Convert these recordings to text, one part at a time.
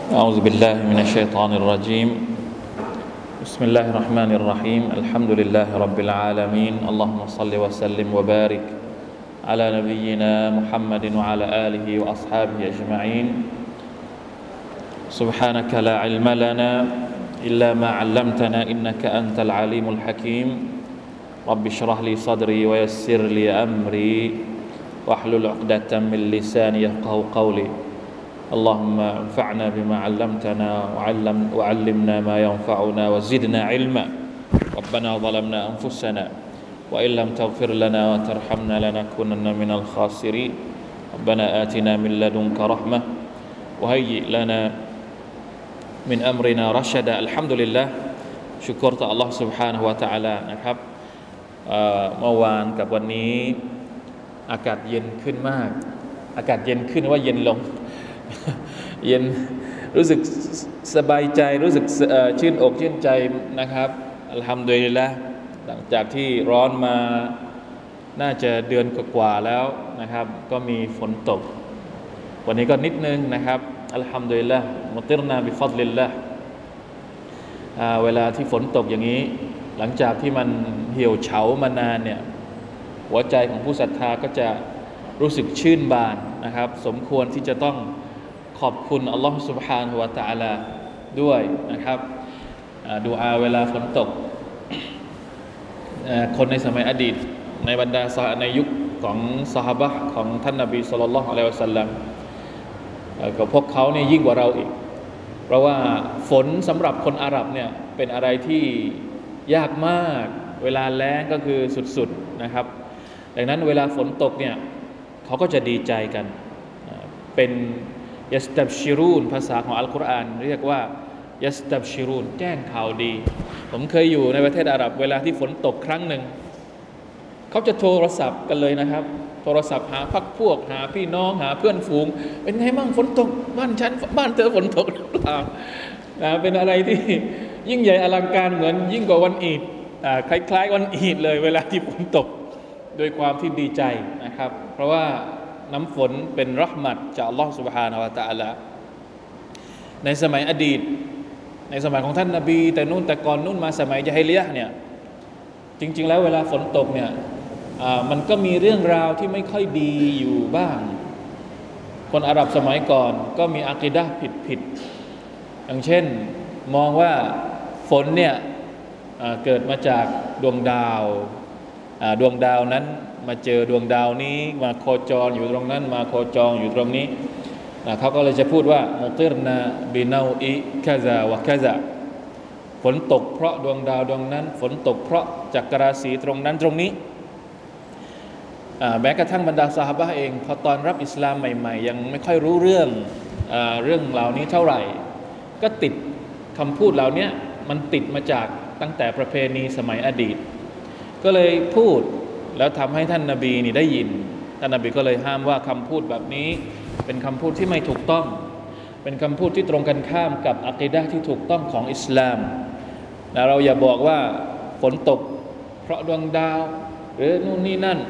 أعوذ بالله من الشيطان الرجيم بسم الله الرحمن الرحيم الحمد لله رب العالمين اللهم صل وسلم وبارك على نبينا محمد وعلى آله وأصحابه أجمعين سبحانك لا علم لنا إلا ما علمتنا إنك أنت العليم الحكيم رب اشرح لي صدري ويسر لي أمري واحلل عقدة من لساني يفقهوا قولي اللهم انفعنا بما علمتنا وعلمنا ما ينفعنا وزدنا علما ربنا ظلمنا أنفسنا وإن لم تغفر لنا وترحمنا لنكونن من الخاسرين ربنا آتنا من لدنك رحمة وهيئ لنا من أمرنا رشدا الحمد لله ชุกรต่อ Allah سبحانه และ تعالى นะครับเมื่อวานกับวันนี้อากาศเย็นขึ้นมากอากาศเย็นขึ้นว่าเย็นลงเย็นรู้สึกสบายใจรู้สึกชื่นอกชื่นใจนะครับอัลฮัมดุลิลละห์หลังจากที่ร้อนมาน่าจะเดือนกว่าๆแล้วนะครับก็มีฝนตกวันนี้ก็นิดนึงนะครับอัลฮัมดุลิลละห์มุติรนาบิฟัฎลิลละห์เวลาที่ฝนตกอย่างนี้หลังจากที่มันเหี่ยวเฉามานานเนี่ยหัวใจของผู้ศรัทธาก็จะรู้สึกชื่นบานนะครับสมควรที่จะต้องขอบคุณอัลลอฮฺ سبحانه และ تعالى ด้วยนะครับดูอาเวลาฝนตกคนในสมัยอดีตในบรรดาในยุคของซอฮาบะห์ของท่านนบีศ็อลลัลลอฮุอะลัยฮิวะซัลลัมก็พวกเขาเนี่ยยิ่งกว่าเราอีกเพราะว่าฝนสำหรับคนอาหรับเนี่ยเป็นอะไรที่ยากมากเวลาแล้งก็คือสุดๆนะครับดังนั้นเวลาฝนตกเนี่ยเขาก็จะดีใจกันเป็นยัสตับชิรูนภาษาของอัลกุรอานเรียกว่ายัสตับชิรูนแจ้งข่าวดีผมเคยอยู่ในประเทศอาหรับเวลาที่ฝนตกครั้งหนึ่งเขาจะโทรศัพท์กันเลยนะครับโทรศัพท์หาพรรคพวกหาพี่น้องหาเพื่อนฝูงเป็นไงบ้างฝนตกบ้านฉันบ้านเธอฝนตกหรือเปล่าเป็นอะไรที่ยิ่งใหญ่อลังการเหมือนยิ่งกว่าวันอีดคล้ายๆวันอีดเลยเวลาที่ฝนตกโดยความที่ดีใจนะครับเพราะว่าน้ำฝนเป็นเราะห์มัตจากอัลลอฮฺ سبحانه และ تعالى ในสมัยอดีตในสมัยของท่านนบีแต่นู่นแต่ก่อนนู่นมาสมัยญะฮิลิยะห์เนี่ยจริงๆแล้วเวลาฝนตกเนี่ยมันก็มีเรื่องราวที่ไม่ค่อยดีอยู่บ้างคนอาหรับสมัยก่อนก็มีอะกีดะห์ผิดๆอย่างเช่นมองว่าฝนเนี่ยเกิดมาจากดวงดาวนั้นมาเจอดวงดาวนี้มาโคจรอยู่ตรงนั้นมาโคจรอยู่ตรงนี้เขาก็เลยจะพูดว่ามุติรนาบินาอิกะซาวะกะซาฝนตกเพราะดวงดาวดวงนั้นฝนตกเพราะจักรราศีตรงนั้นตรงนี้แม้กระทั่งบรรดาซอฮาบะห์เองพอตอนรับอิสลามใหม่ๆยังไม่ค่อยรู้เรื่องเหล่านี้เท่าไหร่ก็ติดคำพูดเหล่านี้มันติดมาจากตั้งแต่ประเพณีสมัยอดีตก็เลยพูดแล้วทำให้ท่านนบีนี่ได้ยินท่านนบีก็เลยห้ามว่าคำพูดแบบนี้เป็นคำพูดที่ไม่ถูกต้องเป็นคำพูดที่ตรงกันข้ามกับอะกีดะห์ที่ถูกต้องของอิสลามแล้วเราอย่าบอกว่าฝนตกเพราะดวงดาวหรือนู่นนี่นั่น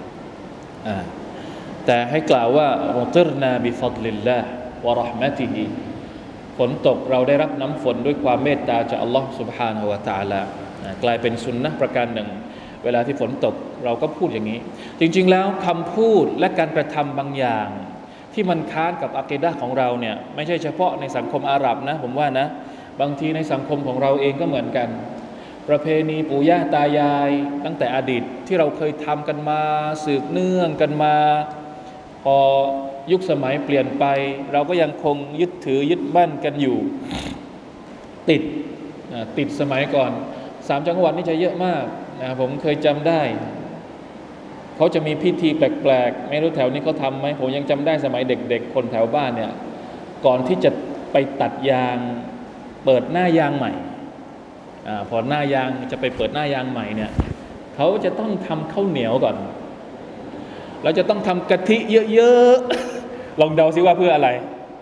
แต่ให้กล่าวว่ามุติรนาบิฟัฎลิลลาห์วะเราะห์มะติฮิฝนตกเราได้รับน้ำฝนด้วยความเมตตาจากอัลลอฮฺ سبحانه และ تعالى กลายเป็นสุนนะห์ประการหนึ่งเวลาที่ฝนตกเราก็พูดอย่างนี้จริงๆแล้วคำพูดและการกระทำบางอย่างที่มันค้านกับอะกีดะห์ของเราเนี่ยไม่ใช่เฉพาะในสังคมอาหรับนะผมว่านะบางทีในสังคมของเราเองก็เหมือนกันประเพณีปู่ย่าตายายตั้งแต่อดีตที่เราเคยทำกันมาสืบเนื่องกันมาพอยุคสมัยเปลี่ยนไปเราก็ยังคงยึดถือยึดมั่นกันอยู่ติดสมัยก่อน3จังหวัดนี่จะเยอะมากผมเคยจำได้เขาจะมีพิธีแปลกๆไม่รู้แถวนี้เขาทำไหมผมยังจำได้สมัยเด็กๆคนแถวบ้านเนี่ยก่อนที่จะไปตัดยางเปิดหน้ายางใหม่พอหน้ายางจะไปเปิดหน้ายางใหม่เนี่ยเขาจะต้องทำข้าวเหนียวก่อนเราจะต้องทำกะทิเยอะๆลองเดาซิว่าเพื่ออะไร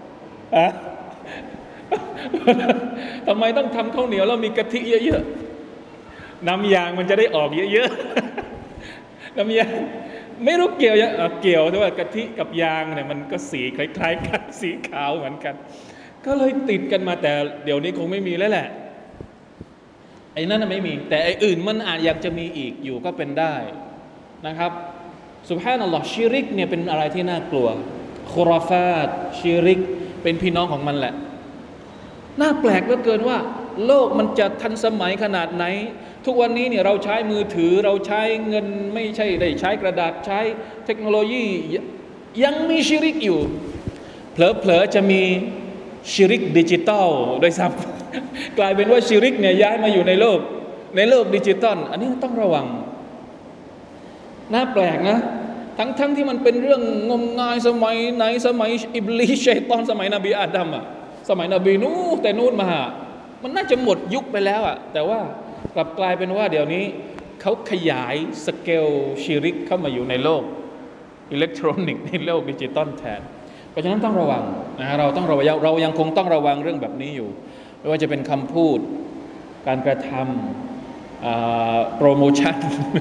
ทำไมต้องทำข้าวเหนียวแล้วมีกะทิเยอะๆน้ำยางมันจะได้ออกเยอะๆน้ำยางไม่รู้เกี่ยวยังเกี่ยวแต่ว่ากะทิกับยางเนี่ยมันก็สีคล้ายๆกันสีขาวเหมือนกันก็เลยติดกันมาแต่เดี๋ยวนี้คงไม่มีแล้วแหละไอ้นั่นไม่มีแต่ไอ้อื่นมันอาจอยากจะมีอีกอยู่ก็เป็นได้นะครับซุบฮานัลลอฮ์ชิริกเนี่ยเป็นอะไรที่น่ากลัวคุราฟาตชิริกเป็นพี่น้องของมันแหละน่าแปลกเหลือเกินว่าโลกมันจะทันสมัยขนาดไหนทุกวันนี้เนี่ยเราใช้มือถือเราใช้เงินไม่ใช่ได้ใช้กระดาษใช้เทคโนโลยียังมีชิริกอยู่เผลอๆจะมีชิริกดิจิตอลโดยซ้ำกลายเป็นว่าชิริกเนี่ยย้ายมาอยู่ในโลกดิจิตอลอันนี้ต้องระวังน่าแปลกนะทั้งที่มันเป็นเรื่องงมงายสมัยไหนสมัยอิบลิสชัยฏอนสมัยนบีอาดัมสมัยนบีนูห์แต่นู่นมามันน่าจะหมดยุคไปแล้วแต่ว่ากลับกลายเป็นว่าเดี๋ยวนี้เขาขยายสเกลชิริกเข้ามาอยู่ในโลกอิเล็กทรอนิกส์ในโลกดิจิตอลแทนเพราะฉะนั้นต้องระวังนะเราต้องระวังเรายังคงต้องระวังเรื่องแบบนี้อยู่ไม่ว่าจะเป็นคำพูดการกระทำโปรโมชั่น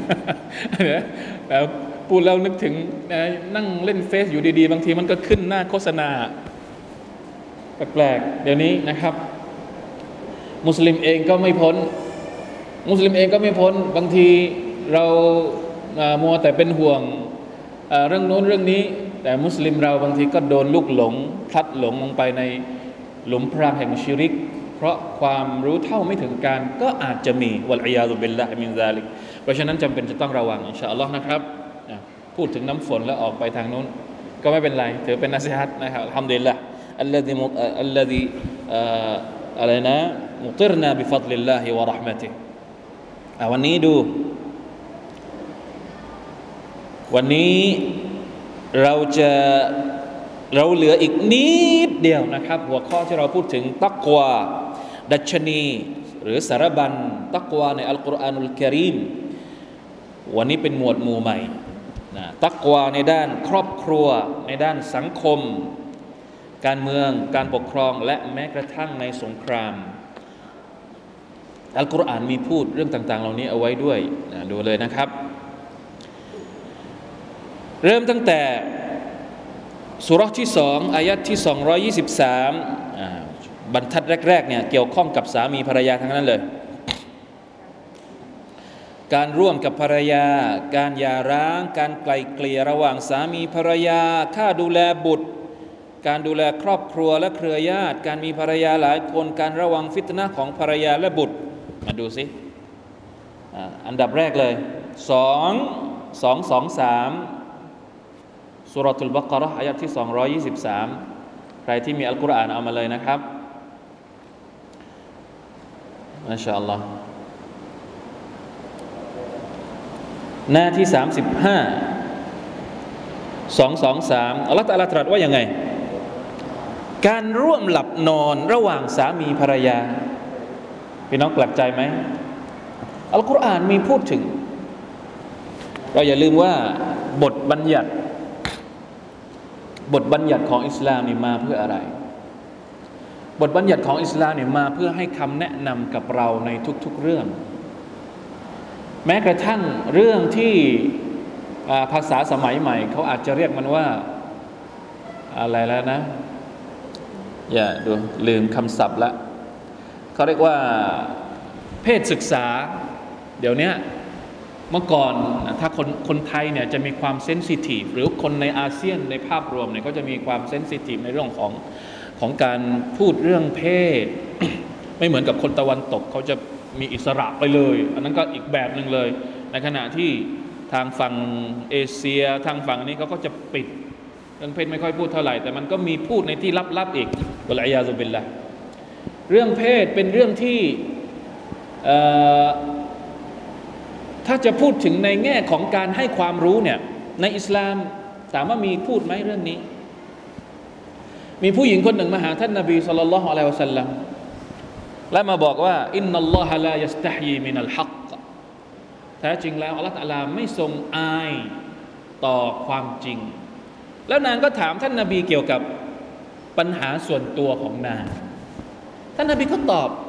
แล้วพูดแล้วนึกถึงนั่งเล่นเฟซอยู่ดีๆบางทีมันก็ขึ้นหน้าโฆษณาแปลกๆเดี๋ยวนี้นะครับมุสลิมเองก็ไม่พ้นบางทีเรามัวแต่เป็นห่วงเรื่องโน้นเรื่องนี้แต่มุสลิมเราบางทีก็โดนลูกหลงพลัดหลงลงไปในหลุมพรางแห่งชิริกเพราะความรู้เท่าไม่ถึงการก็อาจจะมีวัลอียาซุบิลลาฮิมินซาลิกเพราะฉะนั้นจำเป็นจะต้องระวังอินชาอัลลอฮ์นะครับพูดถึงน้ำฝนแล้วออกไปทางนู้นก็ไม่เป็นไรถือเป็นนาซีฮัตนะครับอัลฮัมดุลิลละห์อัลลซีอะไรนะมุติรนาบิฟัฎลิลลาฮิวะเราะห์มะติฮิวันนี้ดูวันนี้เราเหลืออีกนิดเดียวนะครับหัวข้อที่เราพูดถึงตักวาดัชนีหรือสารบัญตักวาในอัลกุรอานุลกะรีมวันนี้เป็นหมวดหมู่ใหม่นะตักวาในด้านครอบครัวในด้านสังคมการเมืองการปกครองและแม้กระทั่งในสงครามอัลกุรอานมีพูดเรื่องต่างๆเหล่านี้เอาไว้ด้วยนะดูเลยนะครับเริ่มตั้งแต่ซูเราะห์ที่2อายะห์ที่223บรรทัดแรกๆเนี่ยเกี่ยวข้องกับสามีภรรยาทั้งนั้นเลยการร่วมกับภรรยาการหย่าร้างการไกล่เกลี่ยระหว่างสามีภรรยาค่าดูแลบุตรการดูแลครอบครัวและเครือญาติการมีภรรยาหลายคนการระวังฟิตนะห์ของภรรยาและบุตรมาดูสิอันดับแรกเลย223ซูเราะตุลบะเกาะเราะห์อายะห์ที่223ใครที่มีอัลกุรอานเอามาเลยนะครับมาชาอัลลอฮ์หน้าที่223อัลเลาะห์ตะอาลาตรัสว่ายังไงการร่วมหลับนอนระหว่างสามีภรรยาพี่น้องแปลกใจไหมอัลกุรอานมีพูดถึงเราอย่าลืมว่าบทบัญญัติของอิสลามนี่มาเพื่ออะไรบทบัญญัติของอิสลามเนี่ยมาเพื่อให้คำแนะนำกับเราในทุกๆเรื่องแม้กระทั่งเรื่องที่ภาษาสมัยใหม่เขาอาจจะเรียกมันว่าอะไรแล้วนะอย่าดูลืมคำศัพท์ละเขาเรียกว่าเพศศึกษาเดี๋ยวนี้เมื่อก่อนถ้าคนไทยเนี่ยจะมีความเซนซิทีฟหรือคนในอาเซียนในภาพรวมเนี่ยก็จะมีความเซนซิทีฟในเรื่องของการพูดเรื่องเพศ ไม่เหมือนกับคนตะวันตกเขาจะมีอิสระไปเลยอันนั้นก็อีกแบบนึงเลยในขณะที่ทางฝั่งเอเชียทางฝั่งนี้เขาก็จะปิดเรื่องเพศไม่ค่อยพูดเท่าไหร่แต่มันก็มีพูดในที่ลับๆอีกวะลัยยาซุบิลละเรื่องเพศเป็นเรื่องที่ถ้าจะพูดถึงในแง่ของการให้ความรู้เนี่ยในอิสลามถามว่ามีพูดไหมเรื่องนี้มีผู้หญิงคนหนึ่งมาหาท่านนบีศ็อลลัลลอฮุอะลัยฮิวะซัลลัมและมาบอกว่าอินนัลลอฮะลายัสตะฮีมินัลฮักแท้จริงแล้วอัลเลาะห์ตะอาลาไม่ทรงอายต่อความจริงแล้วนางก็ถามท่านนบีเกี่ยวกับปัญหาส่วนตัวของนางท่านนบีก็ตอบ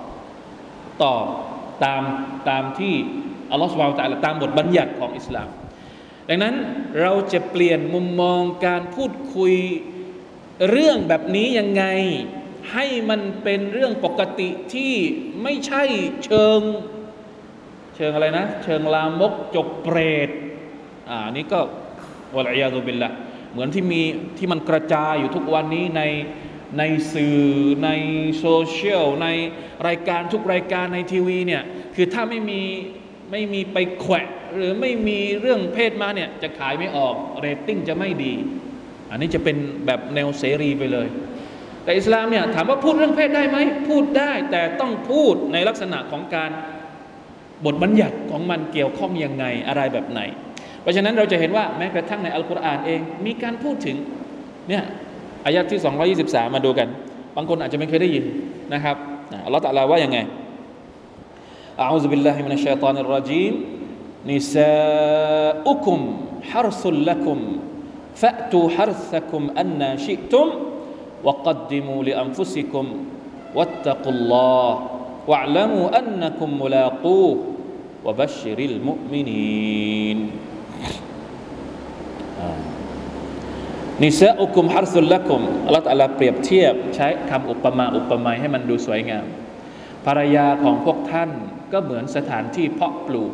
ตามที่อัลลอฮฺซุบฮานะฮูวะตะอาลาตามบทบัญญัติของอิสลามดังนั้นเราจะเปลี่ยนมุมมองการพูดคุยเรื่องแบบนี้ยังไงให้มันเป็นเรื่องปกติที่ไม่ใช่เชิงอะไรนะเชิงลามกจกเปรตนี่ก็วะลัยยาซุบิลละเหมือนที่มันกระจายอยู่ทุกวันนี้ในสื่อในโซเชียลในรายการทุกรายการในทีวีเนี่ยคือถ้าไม่มีไปแขวะหรือไม่มีเรื่องเพศมาเนี่ยจะขายไม่ออกเรตติ้งจะไม่ดีอันนี้จะเป็นแบบแนวเสรีไปเลยแต่อิสลามเนี่ยถามว่าพูดเรื่องเพศได้ไหมพูดได้แต่ต้องพูดในลักษณะของการบทบัญญัติของมันเกี่ยวข้องยังไงอะไรแบบไหนเพราะฉะนั้นเราจะเห็นว่าแม้กระทั่งในอัลกุรอานเองมีการพูดถึงเนี่ยอายะห์ที่223มาดูกันบางคนอาจจะไม่เคยได้ยินนะครับอัลเลาะห์ตะอาลาว่ายังไงอะอูซุบิลลาฮิมินัชชัยฏอนิรเราะญีมนิซาอุคุมฮัรซุลละกุมฟะตูฮัรซะกุมอันนาชิตุมวะกัดดิมูลิอันฟุซิกุมวัตตักุลลอฮ์วะอ์ละมูอันนะกุมมุลากูฮ์วะบัชชิริลมุอ์มินีนนิซาอุคุมฮัรซุลละกุมอัลเลาะห์ตะอาลาเปรียบเทียบใช้คำอุปไมยให้มันดูสวยงามภรรยาของพวกท่านก็เหมือนสถานที่เพาะปลูก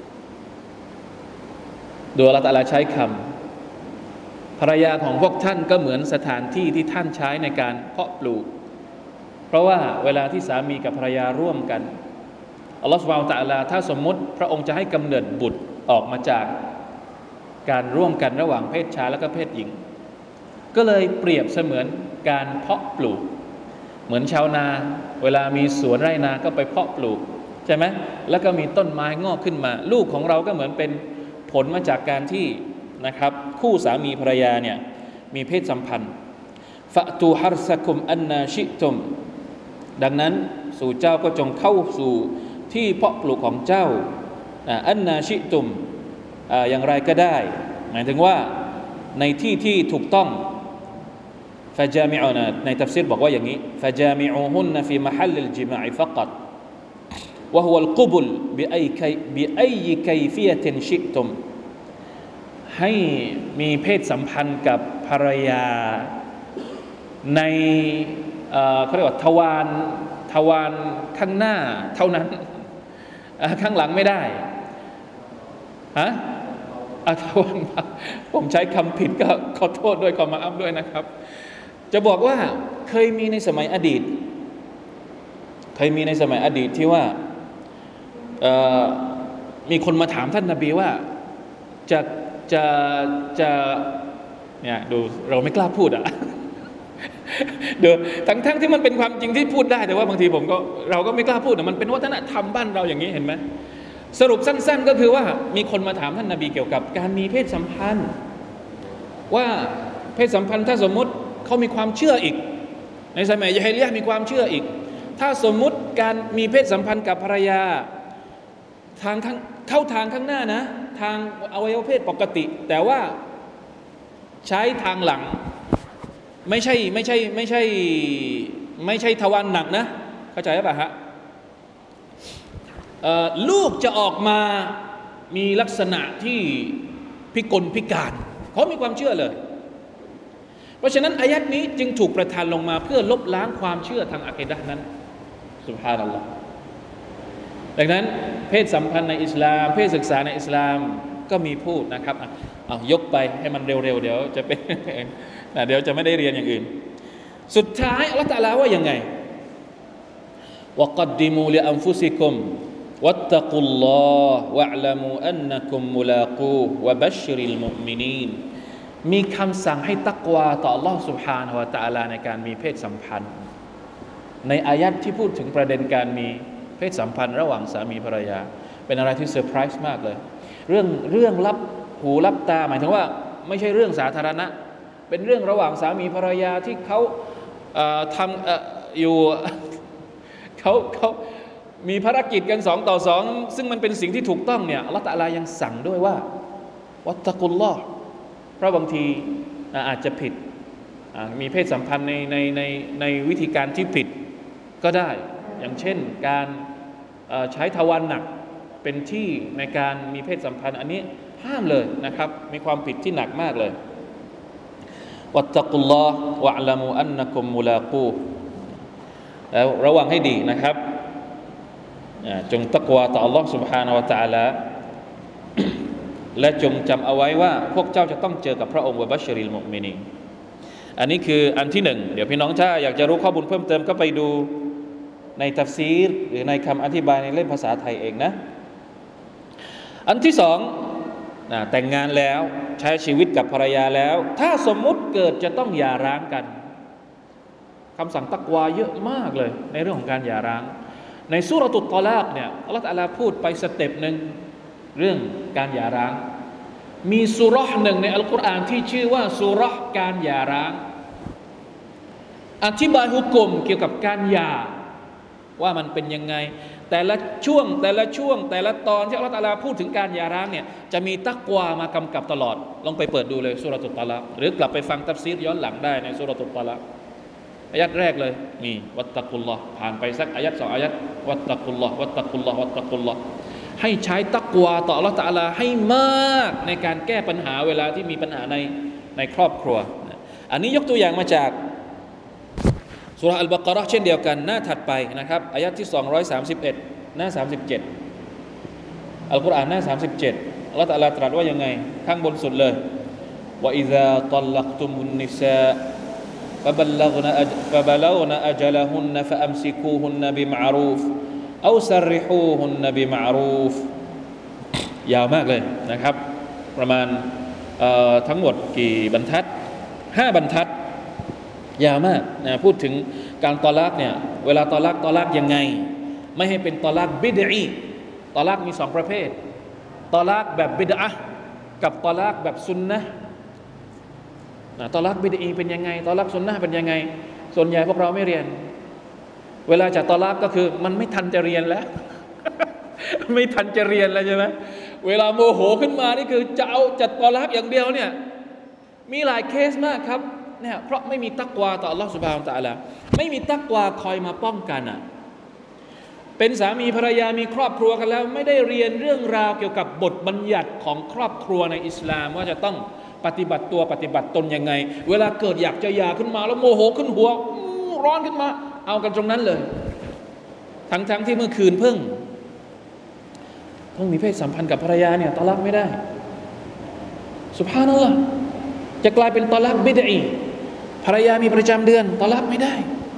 โดยอัลเลาะห์ตะอาลาใช้คำภรรยาของพวกท่านก็เหมือนสถานที่ที่ท่านใช้ในการเพาะปลูกเพราะว่าเวลาที่สามีกับภรรยาร่วมกันอัลเลาะห์ซุบฮานะฮูวะตะอาลาถ้าสมมุติพระองค์จะให้กำเนิดบุตรออกมาจากการร่วมกันระหว่างเพศชายและก็เพศหญิงก็เลยเปรียบเสมือนการเพาะปลูกเหมือนชาวนาเวลามีสวนไร่นาก็ไปเพาะปลูกใช่ไหมแล้วก็มีต้นไม้งอกขึ้นมาลูกของเราก็เหมือนเป็นผลมาจากการที่นะครับคู่สามีภรรยาเนี่ยมีเพศสัมพันธ์ฟะตูฮัรซะกุมอันนาชิตุมดังนั้นสู่เจ้าก็จงเข้าสู่ที่เพาะปลูกของเจ้าอันนาชิตุมอย่างไรก็ได้หมายถึงว่าในที่ที่ถูกต้องฟะจามิอูนะในตัฟซีรบอกว่าอย่างนี้ฟะจามิอูฮุนนะฟีมะฮัลลิลจิมาอฟักัตวะฮุวัลกุบุลบิอัยกัยฟิยะตินชิตุมให้มีเพศสัมพันธ์กับภรรยาในเขาเรียกว่าทวารข้างหน้าเท่านั้นข้างหลังไม่ได้ฮะทวารผมใช้คำผิดก็ขอโทษด้วยขอมาอัพด้วยนะครับจะบอกว่าเคยมีในสมัยอดีตที่ว่ามีคนมาถามท่านนบีว่าจะเนี่ยดูเราไม่กล้าพูดเดี๋ยวทั้งที่มันเป็นความจริงที่พูดได้แต่ว่าบางทีเราก็ไม่กล้าพูดมันเป็นวัฒนธรรมบ้านเราอย่างนี้เห็นไหมสรุปสั้นๆก็คือว่ามีคนมาถามท่านนบีเกี่ยวกับการมีเพศสัมพันธ์ว่าเพศสัมพันธ์ถ้าสมมุติเขามีความเชื่ออีกในสมัยญะฮิลิยะห์มีความเชื่ออีกถ้าสมมุติการมีเพศสัมพันธ์กับภรรยาเข้าทางข้างหน้านะทางอวัยวะเพศปกติแต่ว่าใช้ทางหลังไม่ใช่ทวารหนักนะเข้าใจหรือเปล่าฮะลูกจะออกมามีลักษณะที่พิกลพิการเขามีความเชื่อเลยเพราะฉะนั้นอายัดนี้จึงถูกประทานลงมาเพื่อลบล้างความเชื่อทางอะกีดะห์นั้นซุบฮานัลลอฮ์ดังนั้นเพศสัมพันธ์ในอิสลามเพศศึกษาในอิสลามก็มีพูดนะครับยกไปให้มันเร็วๆเดี๋ยวจะเป็นเดี๋ยวจะไม่ได้เรียนอย่างอื่นสุดท้ายอัลเลาะห์ตะอาลาว่ายังไงวะกัดดิมูลิอันฟุซิกุมวัตตักุลลอฮ์วะอ์ละมูอันนะกุมมุลากูฮ์วะบัชชิริลมุอ์มินีนมีคำสั่งให้ตักวาต่ออัลเลาะห์ซุบฮานะฮูวะตะอาลาในการมีเพศสัมพันธ์ในอายัดที่พูดถึงประเด็นการมีเพศสัมพันธ์ระหว่างสามีภรรยาเป็นอะไรที่เซอร์ไพรส์มากเลยเรื่องลับหูลับตาหมายถึงว่าไม่ใช่เรื่องสาธารณะเป็นเรื่องระหว่างสามีภรรยาที่เขาทำอยู่เขามีภารกิจกัน2 ต่อ 2ซึ่งมันเป็นสิ่งที่ถูกต้องเนี่ยอัลเลาะห์ตะอาลายังสั่งด้วยว่าวัตตักุลลอฮ์เพราะบางทีอาจจะผิดมีเพศสัมพันธ์ในวิธีการที่ผิดก็ได้อย่างเช่นการใช้ทวารหนักเป็นที่ในการมีเพศสัมพันธ์อันนี้ห้ามเลยนะครับมีความผิดที่หนักมากเลยวัตตักุลลอฮ์วะอ์ละมูอันนะกุมมุลากูฮ์แล้วระวังให้ดีนะครับจงตักวาต่อ Allah سبحانه และ تعالى และจงจำเอาไว้ว่าพวกเจ้าจะต้องเจอกับพระองค์วะบัชริลมุมินีนอันนี้คืออันที่หนึ่งเดี๋ยวพี่น้องถ้าอยากจะรู้ข้อมูลเพิ่มเติมก็ไปดูในตัฟซีรหรือในคำอธิบายในเล่มภาษาไทยเองนะอันที่สองแต่งงานแล้วใช้ชีวิตกับภรรยาแล้วถ้าสมมุติเกิดจะต้องหย่าร้างกันคำสั่งตักวาเยอะมากเลยในเรื่องของการหย่าร้างในซูเราะตุตตอลากเนี่ยอัลเลาะห์ตะอาลาพูดไปสเต็ปนึงเรื่องการหย่าร้างมีซูเราะห์หนึ่งในอัลกุรอานที่ชื่อว่าซูเราะห์การหย่าร้างอธิบายฮุกมเกี่ยวกับการหย่าว่ามันเป็นยังไงแต่ละช่วงแต่ละตอนที่อัลเลาะห์ตะอาลาพูดถึงการหย่าร้างเนี่ยจะมีตักวามากำกับตลอดลองไปเปิดดูเลยซูเราะตุตตอลากหรือกลับไปฟังตัฟซีรย้อนหลังได้ในซูเราะตุตตอลากอายัดแรกเลยมีวัตตักุลลอฮ์ผ่านไปสักอายัด2อายัดวัตตักุลลอฮ์วัตตักุลลอฮ์วัตตักุลลอฮ์ให้ใช้ตักวาต่ออัลเลาะห์ตะอาลาให้มากในการแก้ปัญหาเวลาที่มีปัญหาในครอบครัวอันนี้ยกตัวอย่างมาจากซูเราะห์อัลบะเกาะเราะห์เช่นเดียวกันหน้าถัดไปนะครับอายัดที่231หน้า37อัลกุรอานหน้า37อัลเลาะห์ตะอาลาตรัสว่ายังไงข้างบนสุดเลยวะอิซาตัลลักตุมุนนิซาفبلغن أجلهن فأمسكوهن بمعروف أو سرحوهن بمعروف ยาวมากเลยนะครับประมาณทั้งหมดกี่บรรทัด5บรรทัดยาวมากนะพูดถึงการตอลากเนี่ยเวลาตอลากยังไงไม่ให้เป็นตอลากบิดอีตอลากมี2ประเภทตอลากแบบบิดอะห์กับตอลากแบบซุนนะห์ตอลักบิดอีเป็นยังไงตอลักซุนนะห์เป็นยังไงส่วนใหญ่พวกเราไม่เรียนเวลาจะตอลักก็คือมันไม่ทันจะเรียนแล้ว ไม่ทันจะเรียนแล้วใช่ไหมเวลาโมโหขึ้นมานี่คือจะเอาจัดตอลักอย่างเดียวเนี่ยมีหลายเคสมากครับเนี่ยเพราะไม่มีตักวาต่ออัลเลาะห์ซุบฮานะฮูวะตะอาลาไม่มีตักวาคอยมาป้องกันเป็นสามีภรรยามีครอบครัวกันแล้วไม่ได้เรียนเรื่องราวเกี่ยวกับบทบัญญัติของครอบครัวในอิสลามว่าจะต้องปฏิบัติตัวปฏิบัติตนยังไงเวลาเกิดอยากจะหย่าขึ้นมาแล้วโมโหขึ้นหัวร้อนขึ้นมาเอากันตรงนั้นเลยทั้งที่เมื่อคืนเพิ่งมีเพศสัมพันธ์กับภรรยาเนี่ยตอลักไม่ได้ซุบฮานัลลอฮ์จะกลายเป็นตอลักบิดอีภรรยามีประจำเดือนตอลักไม่ได้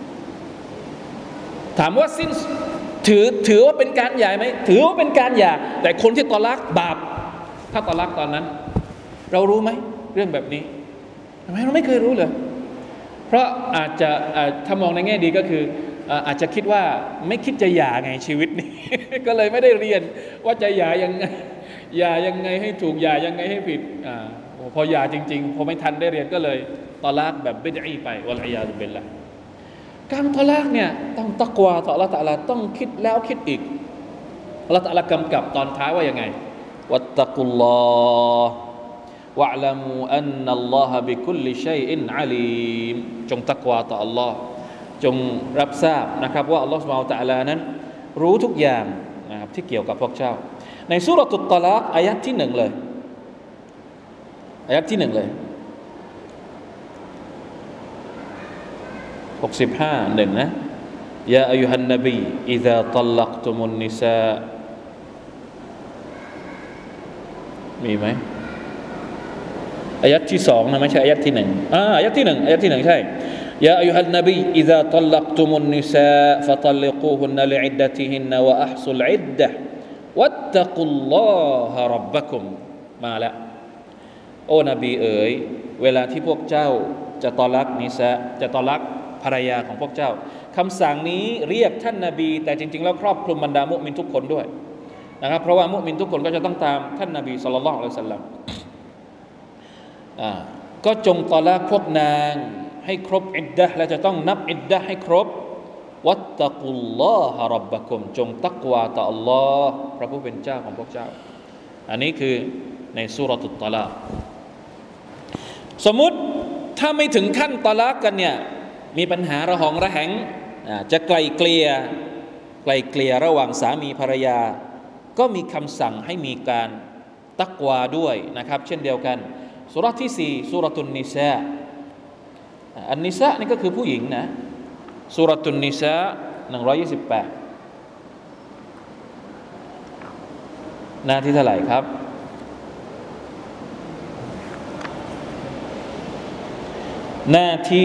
ถามว่าถือว่าเป็นการหย่าไหมถือว่าเป็นการหย่าแต่คนที่ตอลักบาปถ้าตอลักตอนนั้นเรารู้ไหมเรื่องแบบนี้ทำไมเราไม่เคยรู้เลยเพราะอาจจะถ้ามองในแง่ดีก็คืออาจจะคิดว่าไม่คิดจะหย่าไงชีวิตนี้ ก็เลยไม่ได้เรียนว่าจะหย่ายังไงให้ถูกหย่ายังไงให้ผิดพอหย่าจริงๆพอไม่ทันได้เรียนก็เลยตอลากแบบบิดอีไปวัลอียาซุบิลลาห์การตอลากเนี่ยต้องตักวาต่ออัลเลาะห์ตะอาลาต้องคิดแล้วคิดอีกอัลเลาะห์ตะอาลากำกับตอนท้ายว่ายังไงวัตตักุลลอฮ์วะอ์ละมูอันนัลลอฮะบิคุลลิชัยอินอะลีมจงตักวาต่ออัลลอฮ์จงรับทราบนะครับว่าอัลลอฮ์ซุบฮานะฮูวะตะอาลานั้นรู้ทุกอย่างนะครับที่เกี่ยวกับพวกเจ้าในซูเราะตุตตอลากอายะห์ที่1เลยอายะห์ที่1เลย65 1นะยาอัยยูฮันนบีอิซาตัลลักตุมุนนิซามีไหมอายะห์ที่2นะไม่ใช่อายะห์ที่1อายะห์ที่1อายะห์ที่1ใช่ยาอัยยูฮันนบีอิซาตัลลักตุมุนนิซาฟะตัลลิกูฮุนนะลิอิดดะติฮินนะวะอัฮซุลอิดดะฮ์วัตตักุลลอฮะร็อบบักุมมาแล้วโอ้นบีเอ๋ยเวลาที่พวกเจ้าจะตอลักนิซาจะตอลักภรรยาของพวกเจ้าคำสั่งนี้เรียกท่านนบีแต่จริงๆแล้วครอบคลุมบรรดามุมินทุกคนด้วยนะครับเพราะว่ามุมินทุกคนก็จะต้องตามท่านนบีศ็อลลัลลอฮุอะลัยฮิวะซัลลัมก็จงตอลักพวกนางให้ครบอิดดะห์และจะต้องนับอิดดะห์ให้ครบวัตตักุลลอฮะร็อบบักุมจงตักวาต่ออัลลอฮ์พระผู้เป็นเจ้าของพวกเจ้าอันนี้คือในซูเราะตุตตอลากสมมุติถ้าไม่ถึงขั้นตอลักกันเนี่ยมีปัญหาระหองระแหงจะไกลเกลี่ยระหว่างสามีภรรยาก็มีคำสั่งให้มีการตักวาด้วยนะครับเช่นเดียวกันซูเราะห์ที่4ซูเราะตุนนิซาอันนิซานี่ก็คือผู้หญิงนะซูเราะตุนนิซา 128หน้าที่เท่าไหร่ครับหน้าที่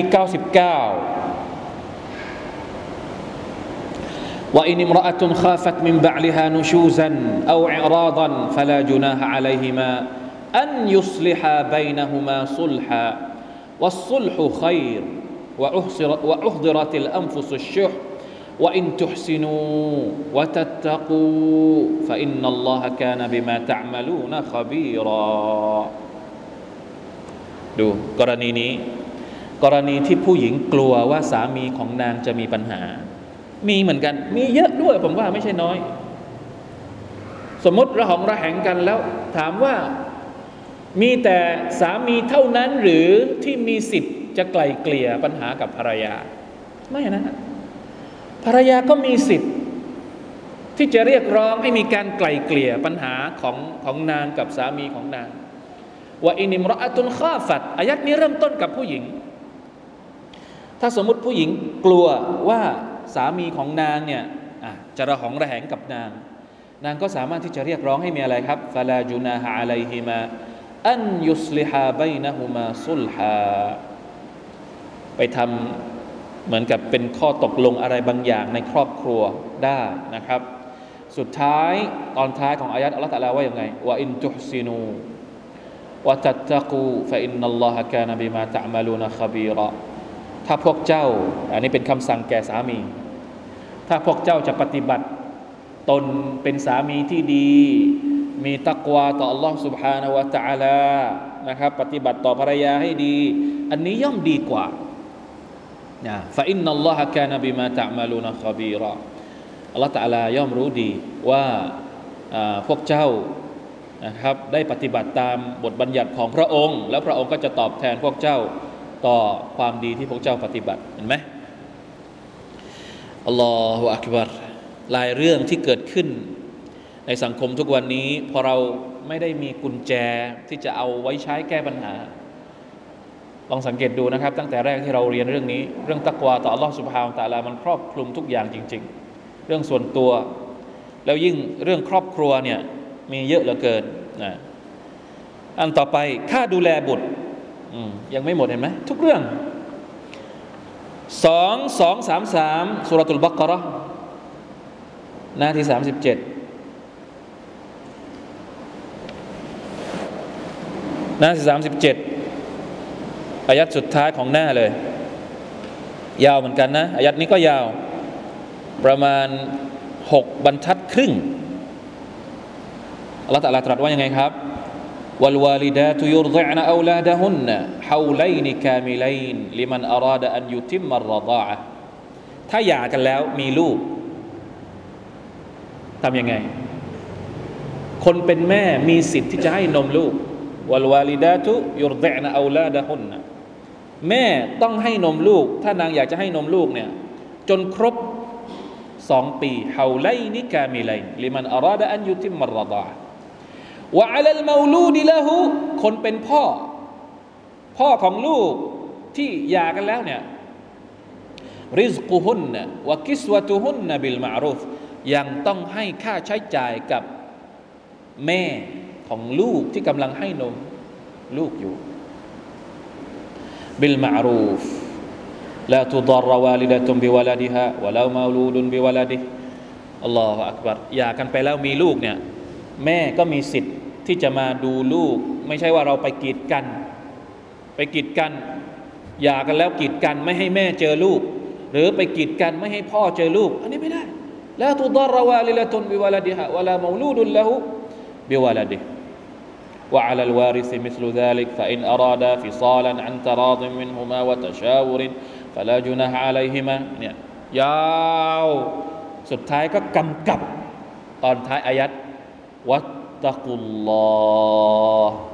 99 وإن امرأة خافت من بعلها نشوزا أو إعراضا فلا جناح عليهما أن يصلحا بينهما صلحا والصلح خير وأحضرت الأنفس الشح وإن تحسنوا وتتقوا فإن الله كان بما تعملون خبيرا ดูกรณีนี้กรณีที่ผู้หญิงกลัวว่าสามีของนางจะมีปัญหามีเหมือนกันมีเยอะด้วยผมว่าไม่ใช่น้อยสมมติระหองระแหงกันแล้วถามว่ามีแต่สามีเท่านั้นหรือที่มีสิทธิ์จะไกล่เกลี่ยปัญหากับภรรยาไม่นะภรรยาก็มีสิทธิ์ที่จะเรียกร้องให้มีการไกล่เกลี่ยปัญหาของนางกับสามีของนางว่าอินิมรออะตุนคาฟัตอายัดนี้เริ่มต้นกับผู้หญิงถ้าสมมุติผู้หญิงกลัวว่าสามีของนางเนี่ยจะระหองระแหงกับนางก็สามารถที่จะเรียกร้องให้มีอะไรครับฟะลาจุนาฮะอะลัยฮิมาอันยุศลิฮาบัยนะฮุมาซุลฮาไปทำเหมือนกับเป็นข้อตกลงอะไรบางอย่างในครอบครัวได้นะครับสุดท้ายตอนท้ายของอายัดอัลเลาะห์ตะอาลาว่าอย่างไงวะอินตุฮซินูวะตัตตะกูฟะอินนัลลอฮะกานะบิมาตะอ์มะลูนคบีรอถ้าพวกเจ้าอันนี้เป็นคำสั่งแก่สามีถ้าพวกเจ้าจะปฏิบัติตนเป็นสามีที่ดีมีตักวาต่อ Allah سبحانه และ تعالى นะครับปฏิบัติต่อภรรยาให้ดีอันนี้ย่อมดีกว่านะฟะอินนัลลอฮะกานะบิมาตะอ์มะลูนคบีรออัลเลาะห์ตะอาลาย่อมรู้ดีว่าพวกเจ้านะครับได้ปฏิบัติตามบทบัญญัติของพระองค์แล้วพระองค์ก็จะตอบแทนพวกเจ้าต่อความดีที่พวกเจ้าปฏิบัติเห็นไหมอัลลอฮฺอักบัรหลายเรื่องที่เกิดขึ้นในสังคมทุกวันนี้พอเราไม่ได้มีกุญแจที่จะเอาไว้ใช้แก้ปัญหาลองสังเกตดูนะครับตั้งแต่แรกที่เราเรียนเรื่องนี้เรื่องตักวาต่ออัลลอฮฺซุบฮานะฮูวะตะอาลามันครอบคลุมทุกอย่างจริงๆเรื่องส่วนตัวแล้วยิ่งเรื่องครอบครัวเนี่ยมีเยอะเหลือเกินนะอันต่อไปค่าดูแลบุตรยังไม่หมดเห็นไหมทุกเรื่อง2233ซูเราะตุลบักเราะห์หน้าที่37หน้าที่37อายัดสุดท้ายของหน้าเลยยาวเหมือนกันนะอายัดนี้ก็ยาวประมาณ6 บรรทัดครึ่งอัลเลาะห์ตะอาลาตรัสว่ายังไงครับوالوالدات يرضعن أولادهن حولين كاملين لمن أراد أن يتم الرضاعة ถ้าหย่ากันแล้วมีลูกทำยังไงคนเป็นแม่มีสิทธิ์ที่จะให้นมลูก والوالدات يرضعن أولادهن แม่ต้องให้นมลูกถ้านางอยากจะให้นมลูกเนี่ยจนครบ2 ปี حولين كاملين لمن أراد أن يتم الرضاعةวะอะลัลเมาลูดิละฮูคนเป็นพ่อของลูกที่หย่ากันแล้วเนี่ยริซกุฮุนนะวะกิสวะตุฮุนนะบิลมะอ์รูฟยังต้องให้ค่าใช้จ่ายกับแม่ของลูกที่กำลังให้นมลูกอยู่บิลมะอ์รูฟลาตุฎอรวาลิดะตุนบิวะลาดิฮาวะลาเมาลูดุนบิวะลาดิฮิอัลลอฮุอักบัรหย่ากันไปแล้วมีลูกเนี่ยแม่ก็มีสิทธิ์ที่จะมาดูลูกไม่ใช่ว่าเราไปกีดกันหย่ากันแล้วกีดกันไม่ให้แม่เจอลูกหรือไปกีดกันไม่ให้พ่อเจอลูกอันนี้ไม่ได้ลาตุฎอรวาลิดะตุนบิวะลาดิฮาวะลาเมาลูดุนละฮูบิวะลาดิฮิوعلى الوارث مثل ذلك فإن أرادا فصالا عن تراض منهما وتشاور فلا جناح عليهما เนี่ยยาวสุดท้ายก็กำกับตอนท้ายอายัดวัตตะกุลลอฮ์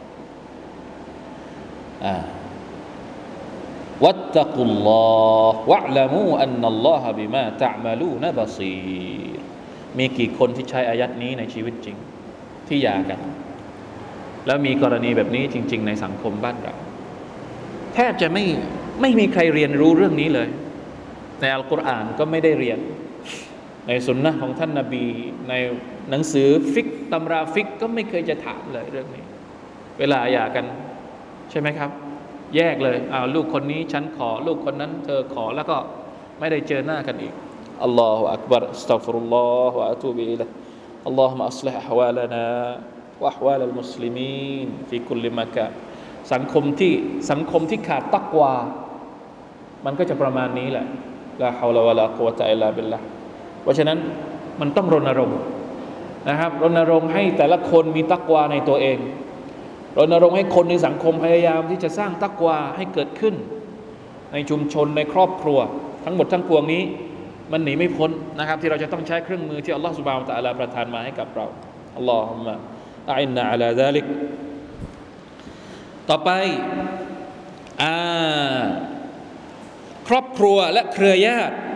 วัตตะกุลลอฮ์วะอ์ละมูอันนัลลอฮะบิมาตะอ์มะลูนบะซีรมีกี่คนที่ใช้อายัดนี้ในชีวิตจริงที่หย่ากันแล้วมีกรณีแบบนี้จริงๆในสังคมบ้านเราแทบจะไม่มีใครเรียนรู้เรื่องนี้เลยในอัลกุรอานก็ไม่ได้เรียนในสุนนะของท่านนบีในหนังสือฟิกตำราฟิกก็ไม่เคยจะถามเลยเรื่องนี้เวลาหย่ากันใช่ไหมครับแยกเลยลูกคนนี้ฉันขอลูกคนนั้นเธอขอแล้วก็ไม่ได้เจอหน้ากันอีกอัลลอฮฺอักบัรอัสตัฆฟิรุลลอฮฺวะอะตูบิอิลัยฮิอัลลอฮุมะอัศลิฮอะฮวาลนาวะอะฮวาลัลมุสลิมีนฟีกุลลิมะกานสังคมที่ขาดตักวามันก็จะประมาณนี้แหละลาฮาวละวะลากุวะตะอิลลาบิลลาห์เพราะฉะนั้นมันต้องรณรงค์นะครับรณรงค์ให้แต่ละคนมีตักวาในตัวเองรณรงค์ให้คนในสังคมพยายามที่จะสร้างตักวาให้เกิดขึ้นในชุมชนในครอบครัวทั้งหมดทั้งปวงนี้มันหนีไม่พ้นนะครับที่เราจะต้องใช้เครื่องมือที่อัลลอฮฺซุบฮานะฮูวะตะอาลาประทานมาให้กับเราอัลลอฮุมมะอะอินนาอะลาซาลิกต่อไปครอบครัวและเครือญาติ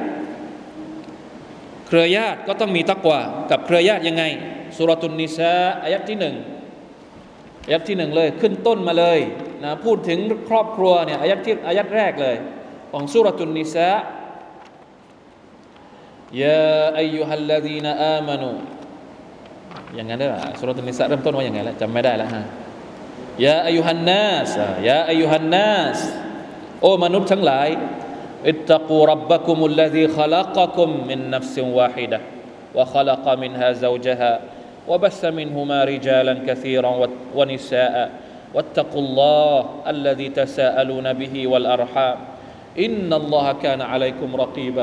ก็ต้องมีตักวากับเครือญาติยังไงซูเราะตุนนิสาอายะห์ที่1เลยขึ้นต้นมาเลยนะพูดถึงครอบครัวเนี่ยอายะห์แรกเลยของซูเราะตุนนิสายาอัยยูฮัลลซีนาอามานูอย่างนั้นได้ป่ะซูเราะตุนนิสาเริ่มต้นว่าอย่างไงแล้วจำไม่ได้แล้วฮะยาอัยยูฮันนัสโอ้มนุษย์ทั้งหลายอิตตักูร็อบบักุมุลลซีขะลักะกุมมินนัฟซินวาฮิดะฮ์วะขะลักะมินฮาซาวจฮาوبث منهما رجالا كثيرا ونساء واتقوا الله الذي تساءلون به والأرحام إن الله كان عليكم رقيبا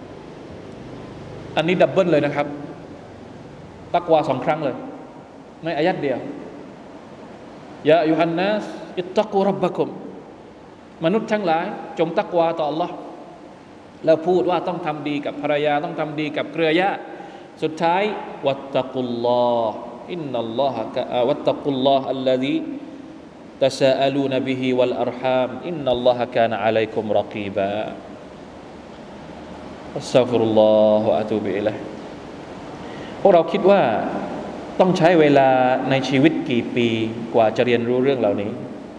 อันนี้ดับเบิลเลยนะครับตักวา2ครั้งเลยในอายัดเดียวยาอัยยูฮันนัสอิตตักูร็อบบักุมมนุษย์ทั้งหลายจงตักวาต่อ Allah แล้วพูดว่าต้องทำดีกับภรรยาต้องทำดีกับเครือญาติสุดท้ายวัตตะกุลลอฮ์อินนัลลอฮะวัตตะกุลลอฮ์อัลลซีตะซาอะลูนบิฮิวัลอัรฮามอินนัลลอฮะกานะอะลัยกุมรอกีบาอัสตัฆฟิรุลลอฮ์วะอะตูบิอิลัยฮิพวกเราคิดว่าต้องใช้เวลาในชีวิตกี่ปีกว่าจะเรียนรู้เรื่องเหล่านี้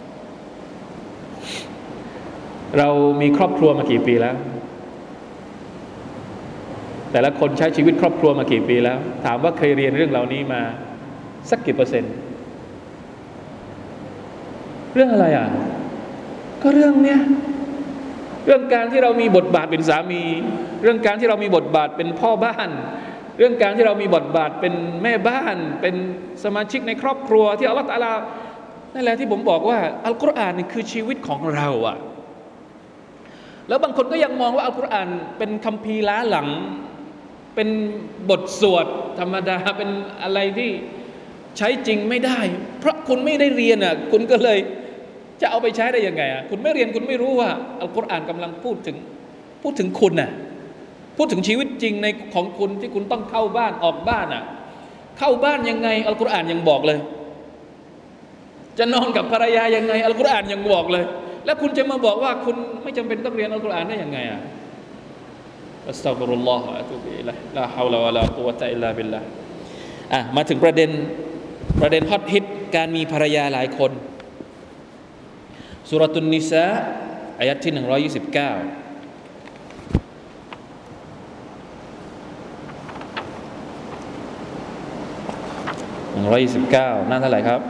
เรามีครอบครัวมากี่ปีแล้วแต่ละคนใช้ชีวิตครอบครัวมากี่ปีแล้วถามว่าเคยเรียนเรื่องเหล่านี้มาสักกี่เปอร์เซ็นต์เรื่องอะไรก็เรื่องเนี้ยเรื่องการที่เรามีบทบาทเป็นสามีเรื่องการที่เรามีบทบาทเป็นพ่อบ้านเรื่องการที่เรามีบทบาทเป็นแม่บ้านเป็นสมาชิกในครอบครัวที่อัลเลาะห์ตะอาลานั่นแหละที่ผมบอกว่าอัลกุรอานนี่คือชีวิตของเราแล้วบางคนก็ยังมองว่าอัลกุรอานเป็นคัมภีร์ล้าหลังเป็นบทสวดธรรมดาเป็นอะไรที่ใช้จริงไม่ได้เพราะคุณไม่ได้เรียนคุณก็เลยจะเอาไปใช้ได้ยังไงคุณไม่เรียนคุณไม่รู้ว่าอัลกุรอานกำลังพูดถึงคุณพูดถึงชีวิตจริงในของคุณที่คุณต้องเข้าบ้านออกบ้านเข้าบ้านยังไงอัลกุรอานยังบอกเลยจะนอนกับภรรยายังไงอัลกุรอานยังบอกเลยแล้วคุณจะมาบอกว่าคุณไม่จำเป็นต้องเรียนอัลกุรอานได้ยังไงอัสตัฆฟิรุลลอฮ์วะอะตูบิอิลัยฮิลาฮาวละวะลากุวะตะอิลลาบิลลาห์มาถึงประเด็นฮอตฮิตการมีภรรยาหลายคนซูเราะตุนนิสาอายะห์ที่129 หน้าเท่าไหร่ครับ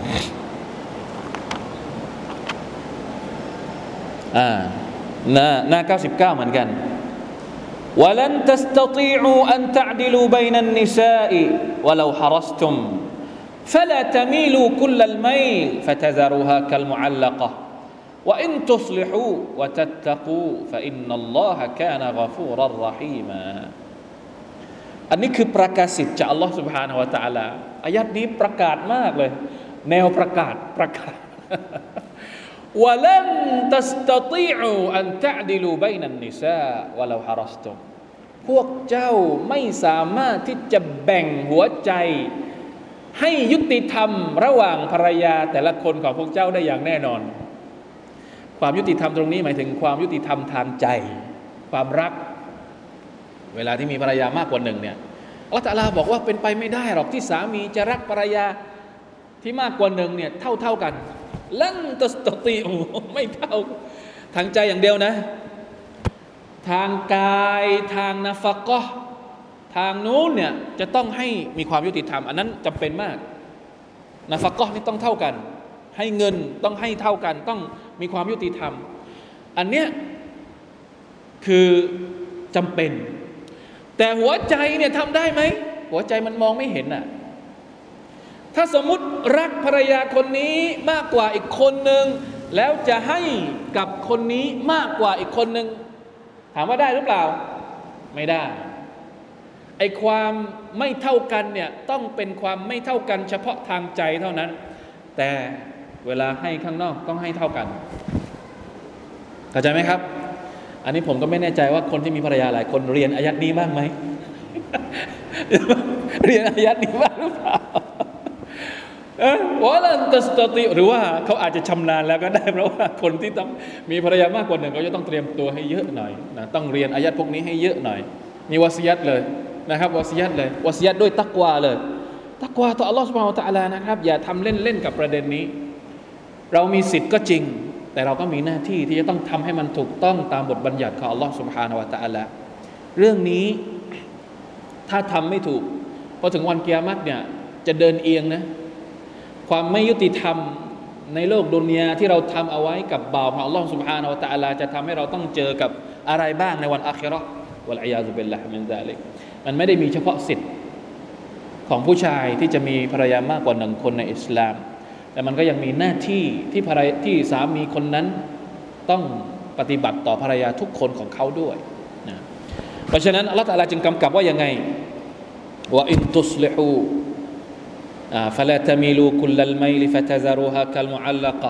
หน้า99เหมือนกันولن تستطيعوا أن تعدلوا بين النساء ولو حرصتم فلا تميلوا كل الميل فتذروها كالمعلقة وإن تصلحوا وتتقوا فإن الله كان غفورا رحيما อันนี้คือประกาศสิทธิ์จากอัลลอฮฺ سبحانه และ تعالى อายัดนี้ประกาศมากเลยแนวประกาศولن تستطيعوا أن تعدلوا بين النساء ولو حرصتم พวกเจ้าไม่สามารถที่จะแบ่งหัวใจให้ยุติธรรมระหว่างภรรยาแต่ละคนของพวกเจ้าได้อย่างแน่นอนความยุติธรรมตรงนี้หมายถึงความยุติธรรมทางใจความรักเวลาที่มีภรรยามากกว่าหนึ่งเนี่ยอัลเลาะห์ตะอาลาบอกว่าเป็นไปไม่ได้หรอกที่สามีจะรักภรรยาที่มากกว่าหนึ่งเนี่ยเท่ากันลันตัสตะตีอูไม่เท่าทางใจอย่างเดียวนะทางกายทางนาฟะกะห์ทางนู้นเนี่ยจะต้องให้มีความยุติธรรมอันนั้นจำเป็นมากนาฟะกะห์นี่ต้องเท่ากันให้เงินต้องให้เท่ากันต้องมีความยุติธรรมอันเนี้ยคือจำเป็นแต่หัวใจเนี่ยทำได้ไหมหัวใจมันมองไม่เห็นน่ะถ้าสมมุติรักภรรยาคนนี้มากกว่าอีกคนหนึ่งแล้วจะให้กับคนนี้มากกว่าอีกคนหนึ่งถามว่าได้หรือเปล่าไม่ได้ไอ้ความไม่เท่ากันเนี่ยต้องเป็นความไม่เท่ากันเฉพาะทางใจเท่านั้นแต่เวลาให้ข้างนอกต้องให้เท่ากันเข้าใจไหมครับอันนี้ผมก็ไม่แน่ใจว่าคนที่มีภรรยาหลายคนเรียนอายัดนี้บ้างไหม เรียนอายัดนี้บ้างหรือเปล่าวะลันตัสตะติหรือว่าเขาอาจจะชำนาญแล้วก็ได้เพราะว่าคนที่ต้องมีภรรยามากกว่าหนึ่งเขาจะต้องเตรียมตัวให้เยอะหน่อยนะต้องเรียนอายัดพวกนี้ให้เยอะหน่อยมีวะซียัตเลยนะครับวะซียัตเลยวะซียัตด้วยตักวาเลยตักวาต่ออัลลอฮฺซุบฮานะฮูวะตะอาลานะครับอย่าทำเล่นๆกับประเด็นนี้เรามีสิทธิ์ก็จริงแต่เราก็มีหน้าที่ที่จะต้องทำให้มันถูกต้องตามบทบัญญัติของอัลลอฮฺซุบฮานะฮูวะตะอาลาเรื่องนี้ถ้าทำไม่ถูกพอถึงวันกิยามะฮ์เนี่ยจะเดินเอียงนะความไม่ยุติธรรมในโลกดุนยาที่เราทำเอาไว้กับบ่าวของอัลลอฮฺซุบฮานะฮูวะตะอาลาจะทำให้เราต้องเจอกับอะไรบ้างในวันอาคิเราะห์วัลอียาซุบิลลาฮิมินซาลิกมันไม่ได้มีเฉพาะสิทธิ์ของผู้ชายที่จะมีภรรยามากกว่าหนึ่งคนในอิสลามแต่มันก็ยังมีหน้าที่ที่สามีคนนั้นต้องปฏิบัติต่อภรรยาทุกคนของเขาด้วยนะเพราะฉะนั้นอัลเลาะห์ตะอาลาจึงกำกับว่ายังไงว่าอินตุสลิฮูفلا تميلوا كل الميل فتذروها كالمعلقة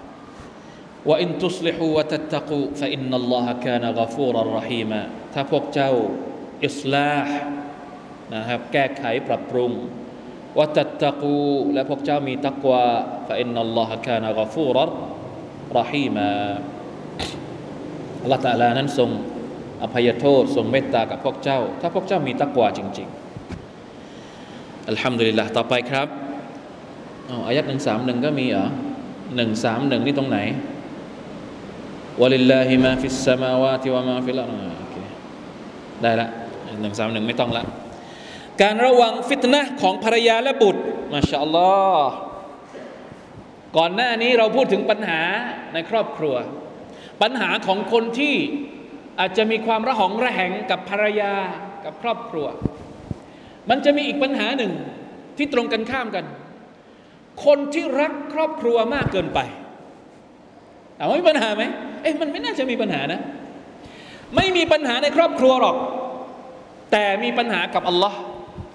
وإن تصلحوا وتتقوا فإن الله كان غفورا رحيما ถ้าพวกเจ้าอิสลาห์นะครับแก้ไขปรับปรุงวัตัตตะกูและพวกเจ้ามีตักวาฟะอินนัลลอฮะกานะฆอฟูรรอฮีมาอัลเลาะห์ตะอาลานั้นทรงอภัยโทษทรงเมตตากับพวกเจ้าถ้าพวกเจ้ามีตักวาจริงๆอัลฮัมดุลิลละห์ต่อไปครับอายัด131ก็มีเหรอ131นี่ตรงไหนวะลิลลาฮิมาฟิสสมาวาติวะมาฟิลอัรฎโอเคได้ละ131ไม่ต้องละการระวังฟิตนะห์ของภรรยาและบุตรมาชาอัลลอฮ์ก่อนหน้านี้เราพูดถึงปัญหาในครอบครัวปัญหาของคนที่อาจจะมีความระหองระแหงกับภรรยากับครอบครัวมันจะมีอีกปัญหาหนึ่งที่ตรงกันข้ามกันคนที่รักครอบครัวมากเกินไปถามว่ามีปัญหาไหมมันไม่น่าจะมีปัญหานะไม่มีปัญหาในครอบครัวหรอกแต่มีปัญหากับอัลลอฮ์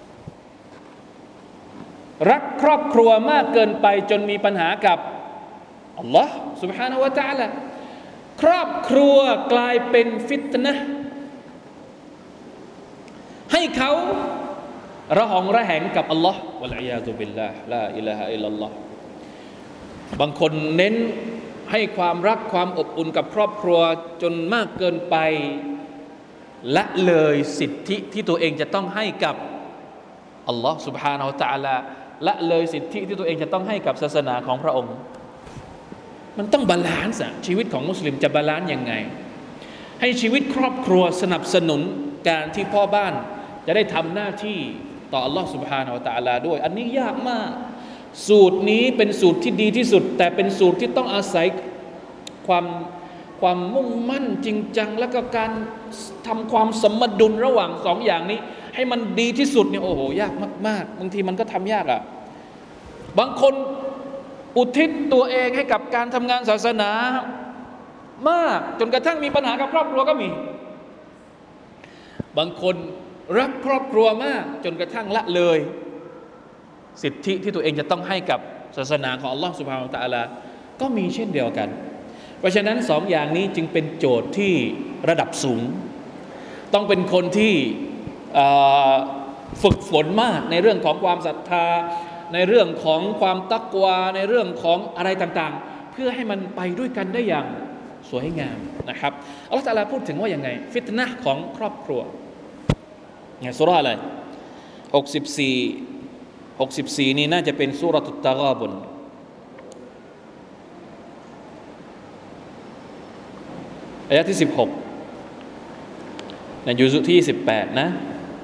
รักครอบครัวมากเกินไปจนมีปัญหากับอัลลอฮ์ سبحانه และ تعالى ครอบครัวกลายเป็นฟิตนะห์ให้เขาระหองระแหงกับอัลลอฮ์วะลัยยาซุบิลลาฮ์ลาอิลาฮะอิลลัลลอฮ์บางคนเน้นให้ความรักความอบอุ่นกับครอบครัวจนมากเกินไปละเลยสิทธิที่ตัวเองจะต้องให้กับอัลลอฮ์ سبحانه และ تعالى ละเลยสิทธิที่ตัวเองจะต้องให้กับศาสนาของพระองค์มันต้องบาลานซ์ชีวิตของมุสลิมจะบาลานซ์ยังไงให้ชีวิตครอบครัวสนับสนุนการที่พ่อบ้านจะได้ทำหน้าที่ต่ออัลลอฮ์ سبحانه และ تعالى ด้วยอันนี้ยากมากสูตรนี้เป็นสูตรที่ดีที่สุดแต่เป็นสูตรที่ต้องอาศัยความมุ่งมั่นจริงจังแล้วก็การทำความสมดุลระหว่างสองอย่างนี้ให้มันดีที่สุดเนี่ยโอ้โหยากมากๆบางทีมันก็ทำยากบางคนอุทิศตัวเองให้กับการทำงานศาสนามากจนกระทั่งมีปัญหากับครอบครัวก็มีบางคนรักครอบครัวมากจนกระทั่งละเลยสิทธิที่ตัวเองจะต้องให้กับศาสนาของอัลลอฮฺซุบฮานะฮูวะตะอาลาก็มีเช่นเดียวกันเพราะฉะนั้นสองอย่างนี้จึงเป็นโจทย์ที่ระดับสูงต้องเป็นคนที่ฝึกฝนมากในเรื่องของความศรัทธาในเรื่องของความตักวาในเรื่องของอะไรต่างๆเพื่อให้มันไปด้วยกันได้อย่างสวยงามนะครับอัลเลาะห์ตะอาลาพูดถึงว่ายังไงฟิตนะห์ของครอบครัวเนี่ยซูเราะห์อะไร64นี่น่าจะเป็นซูเราะตุตตะฆาบุนอายะที่16 ในยุซุที่18นะ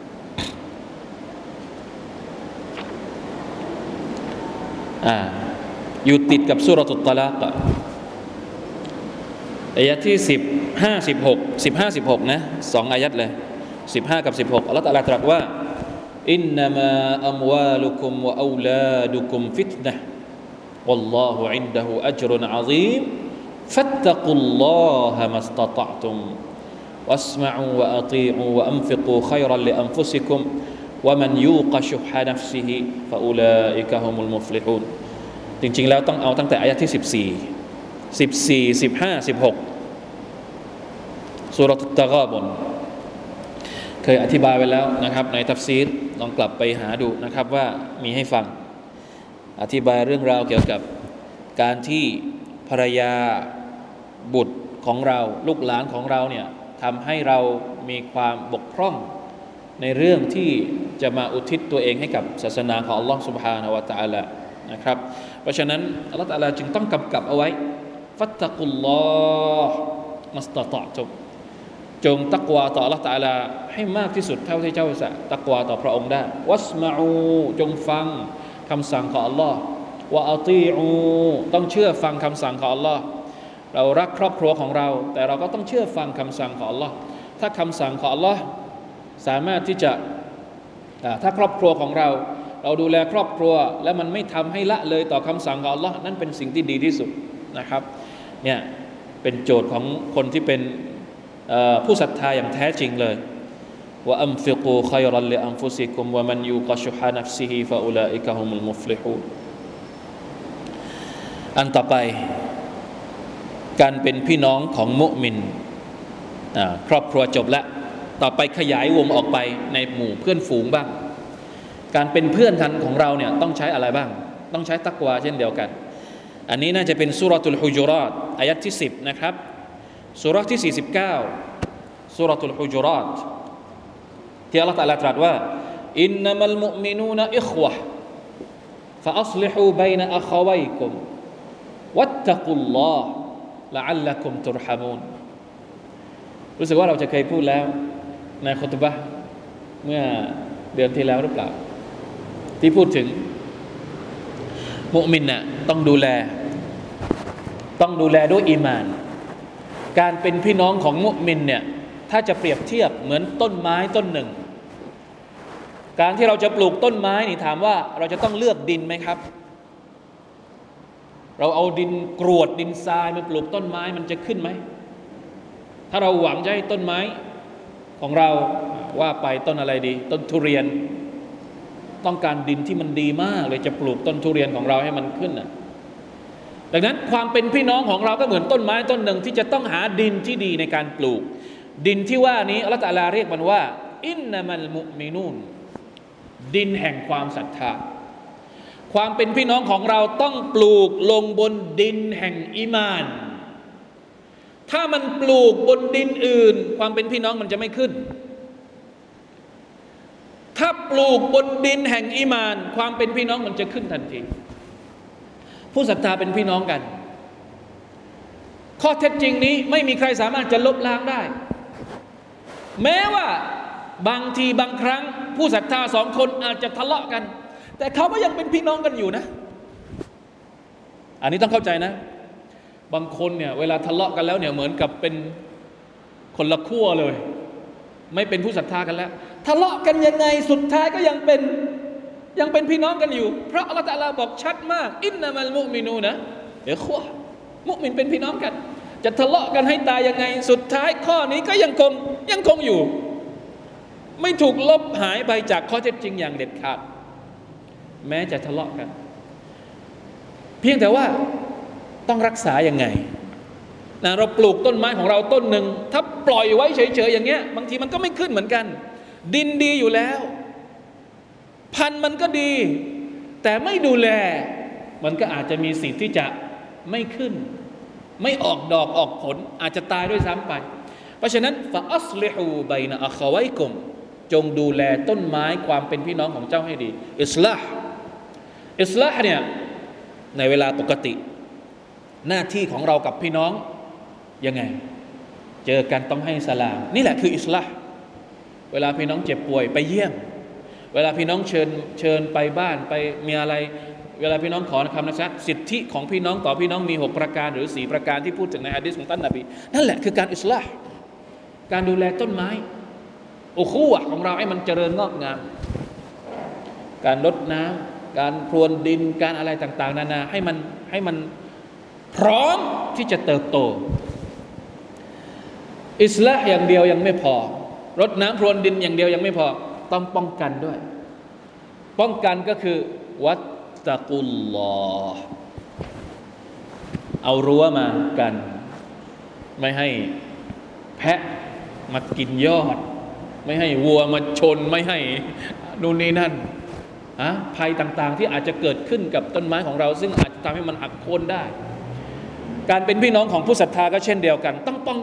อยู่ติดกับซูเราะตุตตะลากอายะที่15 16นะ2อายัดเลย15กับ16อัลเลาะห์ตะอาลาตรัสว่าอินนัมาอัมวาลุกุมวะเอาลาดุกุมฟิตนะห์วัลลอฮุอินดะฮูอัจรุนอะซีมฟัตตะกุลลอฮะมัสตะฏอตุมวัสมะอูวะอะฏีอูวะอันฟิกูค็อยรันลิอันฟุซิกุมวะมันยูกะชุฮะนัฟซิฮิฟะอูลาอิกะฮุมุลมุฟลิฮูนจริงๆแล้วต้องเอาตั้งแต่อายะที่14 15 16ซูเราะตุตตะฆาบุนเคยอธิบายไว้แล้วนะครับในตัฟซีรลองกลับไปหาดูนะครับว่ามีให้ฟังอธิบายเรื่องราวเกี่ยวกับการที่ภรรยาบุตรของเราลูกหลานของเราเนี่ยทำให้เรามีความบกพร่องในเรื่องที่จะมาอุทิศตัวเองให้กับศาสนาของอัลลอฮฺ سبحانه และ تعالى นะครับเพราะฉะนั้นอัลลอฮฺ تعالى จึงต้องกำกับเอาไว้ฟัตตะกุลลอฮ์มัสตะฏอตุมจงตักวาต่อ Allah Taala ให้มากที่สุดเท่าที่เจ้าจะตักวาต่อพระองค์ได้วัสมะอูจงฟังคำสั่งของ Allah วะอะตีอูต้องเชื่อฟังคำสั่งของ Allah เรารักครอบครัวของเราแต่เราก็ต้องเชื่อฟังคำสั่งของ Allah ถ้าคำสั่งของ Allah สามารถที่จะถ้าครอบครัวของเราดูแลครอบครัวและมันไม่ทำให้ละเลยต่อคำสั่งของ Allah นั่นเป็นสิ่งที่ดีที่สุดนะครับเนี่ยเป็นโจทย์ของคนที่เป็นผู้ศรัทธาอย่างแท้จริงเลยว่าอัมฟิกูค็อยรันลิอันฟุซิกุมวะมันยูกะชุฮะนัฟซิฮิฟะอูลาอิกะฮุมุลมุฟลิฮูนอันต่อไปการเป็นพี่น้องของมุมินครอบครัวจบแล้วต่อไปขยายวงออกไปในหมู่เพื่อนฝูงบ้างการเป็นเพื่อนกันของเราเนี่ยต้องใช้อะไรบ้างต้องใช้ตักวาเช่นเดียวกันอันนี้น่าจะเป็นซูเราะตุลฮุจุเราะตอายะที่10นะครับซูเราะห์ที่49ซูเราะตุลฮุจุเราะตที่อัลเลาะห์ตะอาลาตรัสว่าอินนัมัลมุอ์มินูนอิควะฮ์ฟะอัศลิฮูบัยนะอะคอวัยกุมวัตตะกุลลอฮ์ละอัลลักุมตุรฮะมูนรู้สึกว่าเราจะเคยพูดแล้วในคุตบะห์เมื่อเดือนที่แล้วหรือเปล่าที่พูดถึงมุมินน่ะต้องดูแลด้วยอีหม่านการเป็นพี่น้องของมุมินเนี่ยถ้าจะเปรียบเทียบเหมือนต้นไม้ต้นหนึ่งการที่เราจะปลูกต้นไม้นี่ถามว่าเราจะต้องเลือกดินไหมครับเราเอาดินกรวดดินทรายมาปลูกต้นไม้มันจะขึ้นไหมถ้าเราหวังจะให้ต้นไม้ของเราว่าไปต้นอะไรดีต้นทุเรียนต้องการดินที่มันดีมากเลยจะปลูกต้นทุเรียนของเราให้มันขึ้นน่ะดังนั้นความเป็นพี่น้องของเราก็เหมือนต้นไม้ต้นหนึ่งที่จะต้องหาดินที่ดีในการปลูกดินที่ว่านี้อัลเลาะห์ตะอาลาเรียกมันว่าอินนัมัลมุอ์มินูนดินแห่งความศรัทธาความเป็นพี่น้องของเราต้องปลูกลงบนดินแห่งอีมานถ้ามันปลูกบนดินอื่นความเป็นพี่น้องมันจะไม่ขึ้นถ้าปลูกบนดินแห่งอีมานความเป็นพี่น้องมันจะขึ้นทันทีผู้ศรัทธาเป็นพี่น้องกันข้อเท็จจริงนี้ไม่มีใครสามารถจะลบล้างได้แม้ว่าบางทีบางครั้งผู้ศรัทธาสองคนอาจจะทะเลาะกันแต่เขาก็ยังเป็นพี่น้องกันอยู่นะอันนี้ต้องเข้าใจนะบางคนเนี่ยเวลาทะเลาะกันแล้วเนี่ยเหมือนกับเป็นคนละขั้วเลยไม่เป็นผู้ศรัทธากันแล้วทะเลาะกันยังไงสุดท้ายก็ยังเป็นพี่น้องกันอยู่เพราะอัลเลาะห์ตะอาลาบอกชัดมากอินนัมัลมุอ์มินูนะอิควะฮ์มุมินเป็นพี่น้องกันจะทะเลาะกันให้ตายยังไงสุดท้ายข้อนี้ก็ยังคงอยู่ไม่ถูกลบหายไปจากข้อเท็จจริงอย่างเด็ดขาดแม้จะทะเลาะกันเพียงแต่ว่าต้องรักษายังไงนะเราปลูกต้นไม้ของเราต้นหนึ่งถ้าปล่อยไว้เฉยๆอย่างเงี้ยบางทีมันก็ไม่ขึ้นเหมือนกันดินดีอยู่แล้วพันธุ์มันก็ดีแต่ไม่ดูแลมันก็อาจจะมีสิทธิ์ที่จะไม่ขึ้นไม่ออกดอกออกผลอาจจะตายด้วยซ้ำไปเพราะฉะนั้นฟะอัศลิฮูบัยนะอะคอวัยกุมจงดูแลต้นไม้ความเป็นพี่น้องของเจ้าให้ดีอิสลาห์เนี่ยในเวลาปกติหน้าที่ของเรากับพี่น้องยังไงเจอกันต้องให้สลามนี่แหละคืออิสลาห์เวลาพี่น้องเจ็บป่วยไปเยี่ยมเวลาพี่น้องเชิญไปบ้านไปมีอะไรเวลาพี่น้องขอคำนัดสิทธิของพี่น้องต่อพี่น้องมี6ประการหรือ4ประการที่พูดถึงในหะดีษของท่านนบีนั่นแหละคือการอิสลาห์การดูแลต้นไม้อุคูวะห์ของเราให้มันเจริญงอกงามการรดน้ำการพรวนดินการอะไรต่างๆนานาให้มันพร้อมที่จะเติบโตอิสลาห์อย่างเดียวยังไม่พอรดน้ำพรวนดินอย่างเดียวยังไม่พอต้องป้องกันด้วยป้องกันก็คือวัตตะกุลลอฮ์เอารั้วมากันไม่ให้แพะมากินยอดไม่ให้วัวมาชนไม่ให้นู่นนี่นั่นภัยต่างๆที่อาจจะเกิดขึ้นกับต้นไม้ของเราซึ่งอาจจะทำให้มันหักโค่นได้การเป็นพี่น้องของผู้ศรัทธาก็เช่นเดียวกันต้องป้อง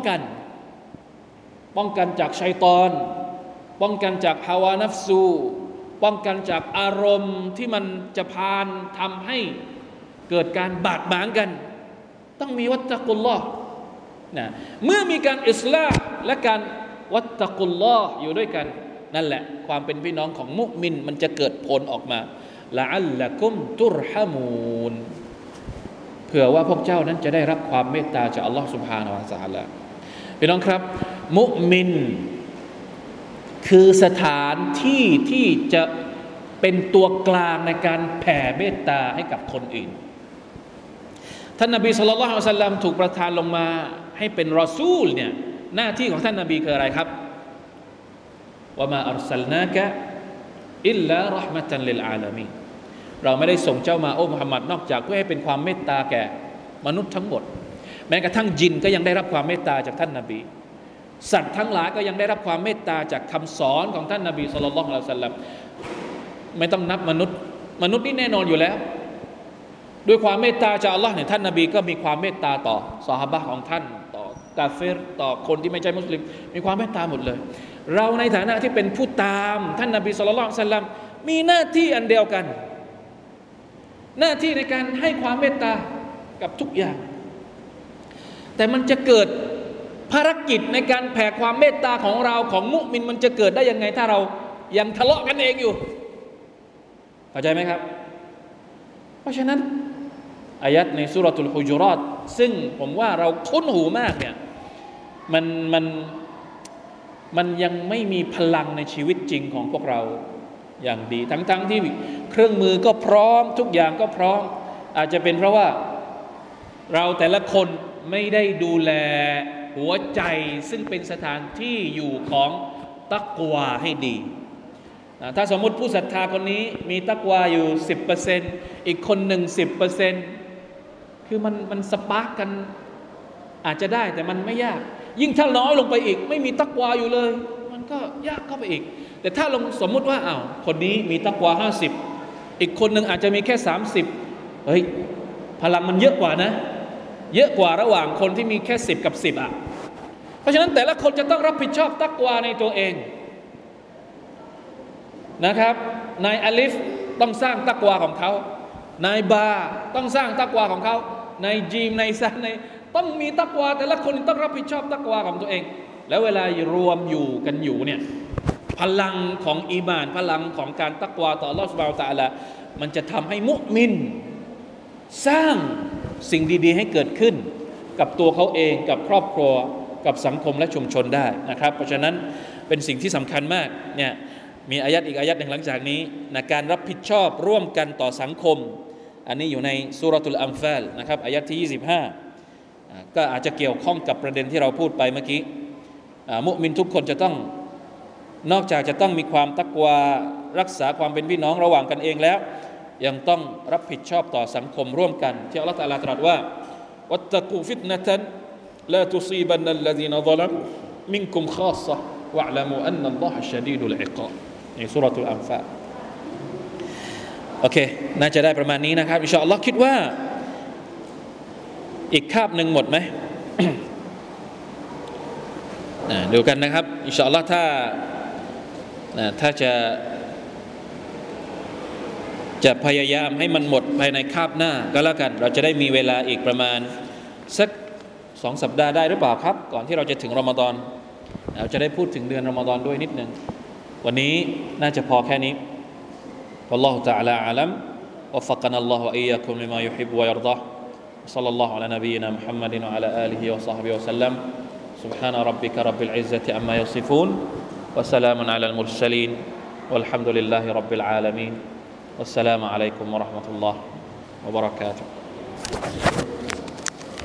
กันจากชัยฏอนป้องกันจากฮาวานัฟซูป้องกันจากอารมณ์ที่มันจะพาทำให้เกิดการบาดหมางกันต้องมีวัตตะกุลลอฮ์นะเมื่อมีการอิสลาห์และการวัตตะกุลลอฮ์อยู่ด้วยกันนั่นแหละความเป็นพี่น้องของมุมินมันจะเกิดผลออกมาละอัลละกุมตุรฮะมูนเผื่อว่าพวกเจ้านั้นจะได้รับความเมตตาจากอัลลอฮ์ سبحانه และ تعالى พี่น้องครับมุมินคือสถานที่ที่จะเป็นตัวกลางในการแผ่เมตตาให้กับคนอื่นท่านนบีศ็อลลัลลอฮุอะลัยฮิวะซัลลัมถูกประทานลงมาให้เป็นรอซูลเนี่ยหน้าที่ของท่านนบีคืออะไรครับวะมาอัรซัลนากะอิลลาเราะห์มะตันลิลอาลามีนเราไม่ได้ส่งเจ้ามาโอ้มุฮัมมัดนอกจากเพื่อให้เป็นความเมตตาแก่มนุษย์ทั้งหมดแม้กระทั่งยินก็ยังได้รับความเมตตาจากท่านนบีสัตว์ทั้งหลายก็ยังได้รับความเมตตาจากคำสอนของท่านนบีศ็อลลัลลอฮุอะลัยฮิวะซัลลัมไม่ต้องนับมนุษย์นี่แน่นอนอยู่แล้วด้วยความเมตตาจากอัลลอฮ์เนี่ยท่านนบีก็มีความเมตตาต่อซอฮาบะห์ของท่านต่อกาเฟรต่อคนที่ไม่ใช่มุสลิมมีความเมตตาหมดเลยเราในฐานะที่เป็นผู้ตามท่านนบีศ็อลลัลลอฮุอะลัยฮิวะซัลลัมมีหน้าที่อันเดียวกันหน้าที่ในการให้ความเมตตากับทุกอย่างแต่มันจะเกิดภารกิจในการแผ่ความเมตตาของเราของมุมินมันจะเกิดได้ยังไงถ้าเรายังทะเลาะกันเองอยู่เข้าใจไหมครับเพราะฉะนั้นอายัดในซูเราะตุลฮุญุเราะตซึ่งผมว่าเราคุ้นหูมากเนี่ยมันยังไม่มีพลังในชีวิตจริงของพวกเราอย่างดีทั้งที่เครื่องมือก็พร้อมทุกอย่างก็พร้อมอาจจะเป็นเพราะว่าเราแต่ละคนไม่ได้ดูแลหัวใจซึ่งเป็นสถานที่อยู่ของตักวาให้ดีถ้าสมมติผู้ศรัทธาคนนี้มีตักวาอยู่ 10% อีกคนหนึ่ง 10% คือมันสปาร์กกันอาจจะได้แต่มันไม่ยากยิ่งถ้าน้อยลงไปอีกไม่มีตักวาอยู่เลยมันก็ยากเข้าไปอีกแต่ถ้าลงสมมุติว่าคนนี้มีตักวา50อีกคนหนึ่งอาจจะมีแค่30เฮ้ยพลังมันเยอะกว่านะเยอะกว่าระหว่างคนที่มีแค่10กับ10เพราะฉะนั้นแต่ละคนจะต้องรับผิดชอบตักวาในตัวเองนะครับนายอาลิฟต้องสร้างตักวาของเขานายบาต้องสร้างตักวาของเขานายจีมนายซานต้องมีตักวาแต่ละคนต้องรับผิดชอบตักวาของตัวเองแล้วเวลารวมอยู่กันอยู่เนี่ยพลังของอีหม่านพลังของการตักวาต่ออัลเลาะห์ซุบฮานะฮูวะตะอาลามันจะทำให้มุมินสร้างสิ่งดีๆให้เกิดขึ้นกับตัวเขาเองกับครอบครัวกับสังคมและชุมชนได้นะครับเพราะฉะนั้นเป็นสิ่งที่สำคัญมากเนี่ยมีอายัดอีกอายัดหนึ่งหลังจากนี้นะการรับผิดชอบร่วมกันต่อสังคมอันนี้อยู่ในซูเราะตุลอัมฟาลนะครับอายัดที่25ก็อาจจะเกี่ยวข้องกับประเด็นที่เราพูดไปเมื่อกี้มุมินทุกคนจะต้องนอกจากจะต้องมีความตักวารักษาความเป็นพี่น้องระหว่างกันเองแล้วยังต้องรับผิดชอบต่อสังคมร่วมกันที่อัลเลาะห์ตะอาลาตรัสว่าวัตตะกูฟิตนะตันลาตุซีบันนัลลซีนะซะลัมมินกุมคอสซะวะอ์ละมูอันนัลลอฮะชะดีดุลอิกาบในซูเราะตุลอัมฟาลโอเคน่าจะได้ประมาณนี้นะครับอินชาอัลลอฮ์คิดว่าอีกคาบหนึ่งหมดไหม ดูกันนะครับอินชาอัลลอฮ์ถ้าจะพยายามให้มันหมดภายในคาบหน้าก็แล้วกันเราจะได้มีเวลาอีกประมาณสัก2 สัปดาห์ได้หรือเปล่าครับก่อนที่เราจะถึงรอมฎอนเราจะได้พูดถึงเดือนรอมฎอนด้วยนิดนึงวันนี้น่าจะพอแค่นี้ والله تعالى أعلم وفقنا الله وإياكم لما يحب ويرضى صلى الله على نبينا محمد وعلى آله وصحبه وسلم سبحان ربك رب العزة عما يصفون وسلام على المرسلين والحمد لله رب العالمين والسلام عليكم ورحمة الله وبركاته